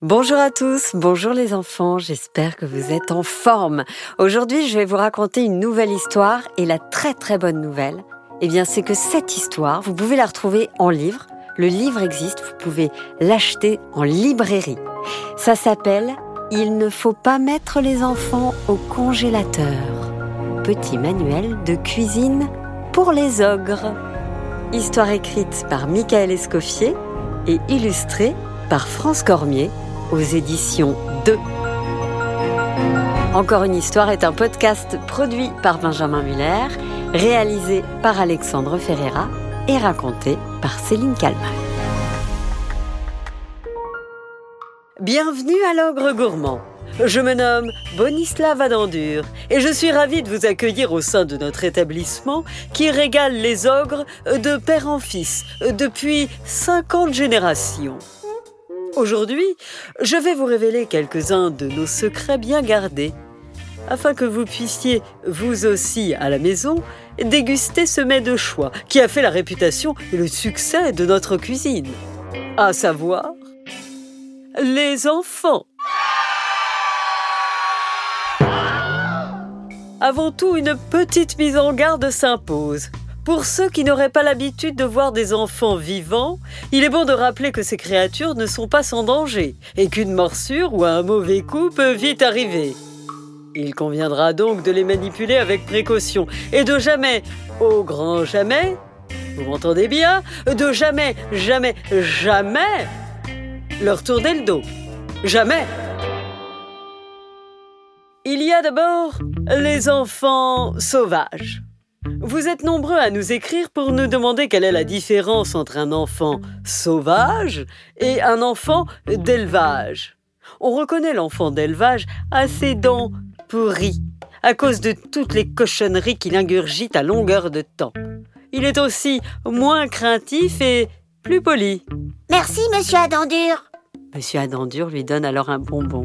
Bonjour à tous, bonjour les enfants, j'espère que vous êtes en forme. Aujourd'hui, je vais vous raconter une nouvelle histoire et la très bonne nouvelle, c'est que cette histoire, vous pouvez la retrouver en livre. Le livre existe, vous pouvez l'acheter en librairie. Ça s'appelle « Il ne faut pas mettre les enfants au congélateur ». Petit manuel de cuisine pour les ogres. Histoire écrite par Michael Escoffier et illustrée par France Cormier aux éditions 2. Encore une histoire est un podcast produit par Benjamin Muller, réalisé par Alexandre Ferreira et raconté par Céline Kalman. Bienvenue à l'Ogre Gourmand. Je me nomme Bonislav Adendur et je suis ravie de vous accueillir au sein de notre établissement qui régale les ogres de père en fils depuis 50 générations. Aujourd'hui, je vais vous révéler quelques-uns de nos secrets bien gardés, afin que vous puissiez, vous aussi à la maison, déguster ce mets de choix qui a fait la réputation et le succès de notre cuisine, à savoir les enfants. Avant tout, une petite mise en garde s'impose. Pour ceux qui n'auraient pas l'habitude de voir des enfants vivants, il est bon de rappeler que ces créatures ne sont pas sans danger et qu'une morsure ou un mauvais coup peut vite arriver. Il conviendra donc de les manipuler avec précaution et de jamais, au grand jamais, vous m'entendez bien, de jamais leur tourner le dos. Jamais. Il y a d'abord les enfants sauvages. Vous êtes nombreux à nous écrire pour nous demander quelle est la différence entre un enfant sauvage et un enfant d'élevage. On reconnaît l'enfant d'élevage à ses dents pourries, à cause de toutes les cochonneries qu'il ingurgite à longueur de temps. Il est aussi moins craintif et plus poli. Merci, monsieur Adendur. Monsieur Adendur lui donne alors un bonbon.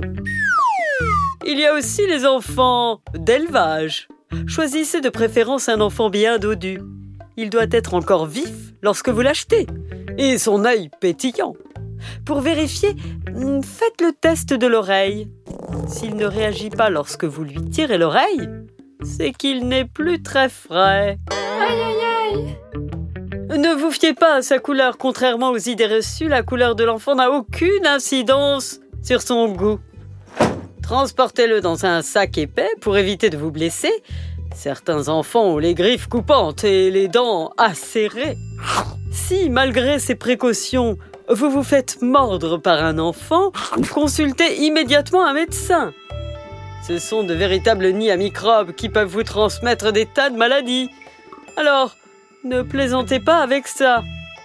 Il y a aussi les enfants d'élevage. Choisissez de préférence un enfant bien dodu. Il doit être encore vif lorsque vous l'achetez et son œil pétillant. Pour vérifier, faites le test de l'oreille. S'il ne réagit pas lorsque vous lui tirez l'oreille, c'est qu'il n'est plus très frais. Aïe, aïe, aïe. Ne vous fiez pas à sa couleur. Contrairement aux idées reçues, la couleur de l'enfant n'a aucune incidence sur son goût. Transportez-le dans un sac épais pour éviter de vous blesser. Certains enfants ont les griffes coupantes et les dents acérées. Si, malgré ces précautions, vous vous faites mordre par un enfant, consultez immédiatement un médecin. Ce sont de véritables nids à microbes qui peuvent vous transmettre des tas de maladies. Alors, ne plaisantez pas avec ça.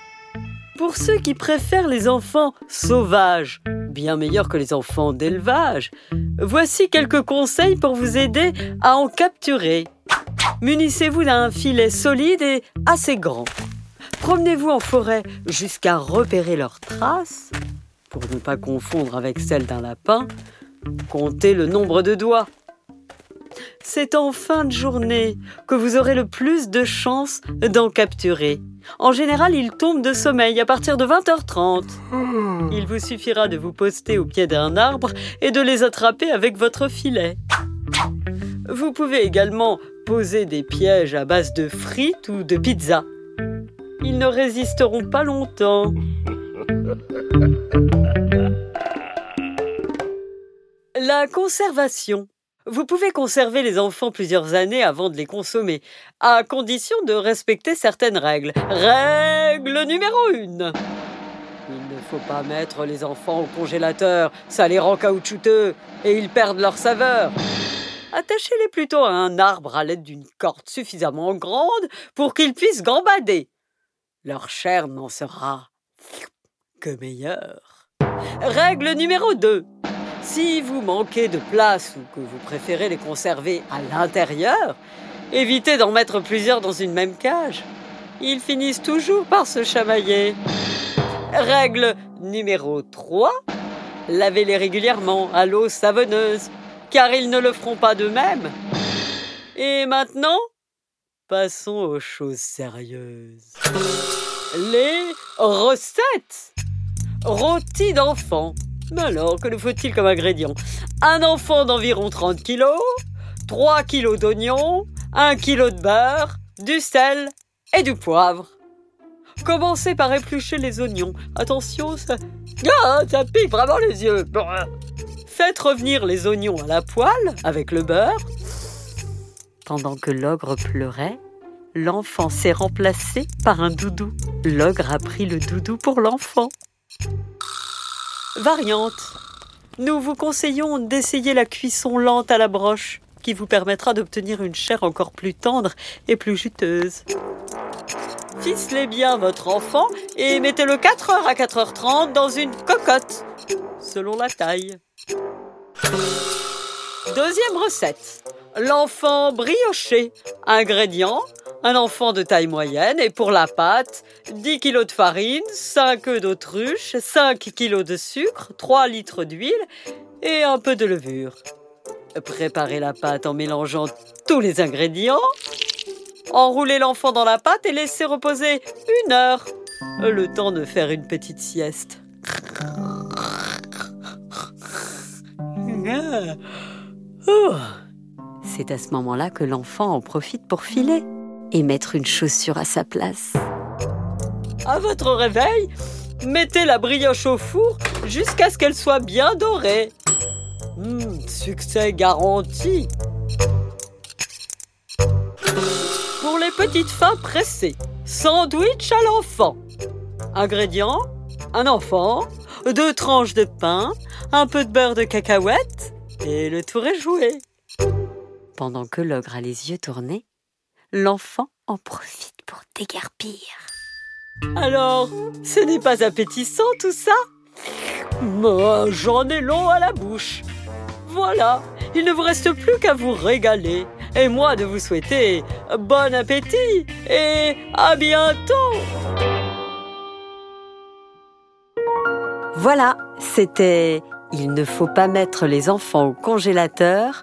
Pour ceux qui préfèrent les enfants sauvages, bien meilleurs que les enfants d'élevage, voici quelques conseils pour vous aider à en capturer. Munissez-vous d'un filet solide et assez grand. Promenez-vous en forêt jusqu'à repérer leurs traces, pour ne pas confondre avec celles d'un lapin. Comptez le nombre de doigts. C'est en fin de journée que vous aurez le plus de chances d'en capturer. En général, ils tombent de sommeil à partir de 20h30. Il vous suffira de vous poster au pied d'un arbre et de les attraper avec votre filet. Vous pouvez également poser des pièges à base de frites ou de pizza. Ils ne résisteront pas longtemps. La conservation. Vous pouvez conserver les enfants plusieurs années avant de les consommer, à condition de respecter certaines règles. Règle numéro 1. Il ne faut pas mettre les enfants au congélateur, ça les rend caoutchouteux et ils perdent leur saveur. Attachez-les plutôt à un arbre à l'aide d'une corde suffisamment grande pour qu'ils puissent gambader. Leur chair n'en sera que meilleure. Règle numéro 2. Si vous manquez de place ou que vous préférez les conserver à l'intérieur, évitez d'en mettre plusieurs dans une même cage. Ils finissent toujours par se chamailler. Règle numéro 3. Lavez-les régulièrement à l'eau savonneuse, car ils ne le feront pas d'eux-mêmes. Et maintenant, passons aux choses sérieuses. Les recettes. Rôti d'enfant. Mais alors, que nous faut-il comme ingrédients? Un enfant d'environ 30 kilos, 3 kilos d'oignons, 1 kilo de beurre, du sel et du poivre. Commencez par éplucher les oignons. Attention, ça pique vraiment les yeux. Faites revenir les oignons à la poêle avec le beurre. Pendant que l'ogre pleurait, l'enfant s'est remplacé par un doudou. L'ogre a pris le doudou pour l'enfant. Variante. Nous vous conseillons d'essayer la cuisson lente à la broche, qui vous permettra d'obtenir une chair encore plus tendre et plus juteuse. Ficelez bien votre enfant et mettez-le 4h à 4h30 dans une cocotte, selon la taille. Deuxième recette. L'enfant brioché. Ingrédients: un enfant de taille moyenne et pour la pâte, 10 kg de farine, 5 œufs d'autruche, 5 kg de sucre, 3 litres d'huile et un peu de levure. Préparez la pâte en mélangeant tous les ingrédients. Enroulez l'enfant dans la pâte et laissez reposer 1 heure, le temps de faire une petite sieste. C'est à ce moment-là que l'enfant en profite pour filer et mettre une chaussure à sa place. À votre réveil, mettez la brioche au four jusqu'à ce qu'elle soit bien dorée. Succès garanti. Pour les petites fins pressées, sandwich à l'enfant. Ingrédients: un enfant, 2 tranches de pain, un peu de beurre de cacahuète et le tour est joué. Pendant que l'ogre a les yeux tournés, l'enfant en profite pour déguerpir. Alors, ce n'est pas appétissant tout ça? J'en ai long à la bouche. Voilà, il ne vous reste plus qu'à vous régaler. Et moi de vous souhaiter bon appétit et à bientôt. Voilà, c'était « Il ne faut pas mettre les enfants au congélateur »,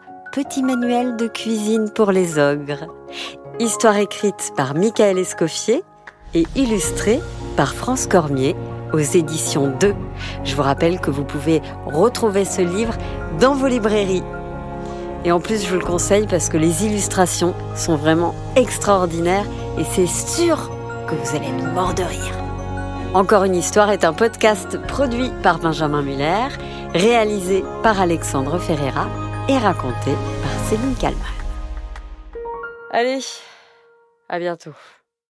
petit manuel de cuisine pour les ogres. Histoire écrite par Michael Escoffier et illustrée par France Cormier aux éditions 2. Je vous rappelle que vous pouvez retrouver ce livre dans vos librairies. Et en plus, je vous le conseille parce que les illustrations sont vraiment extraordinaires et c'est sûr que vous allez être mort de rire. Encore une histoire est un podcast produit par Benjamin Muller, réalisé par Alexandre Ferreira et raconté par Céline Kallmann. Allez, à bientôt.